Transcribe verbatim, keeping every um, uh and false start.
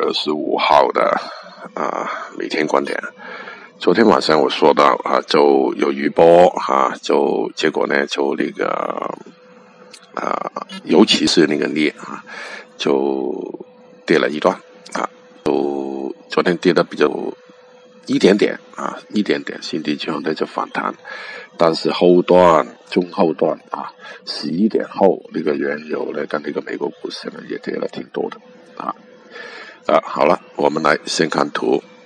二十五号的啊每天观点。昨天晚上我说到啊，就有余波啊，就结果呢，就那个啊，尤其是那个镍啊，就跌了一段啊，就昨天跌的比较一点点啊，一点点，新低之后呢就反弹，但是后段、中后段啊，十一点后那个原油呢跟那个美国股市呢也跌了挺多的啊啊，好了，我们来先看图。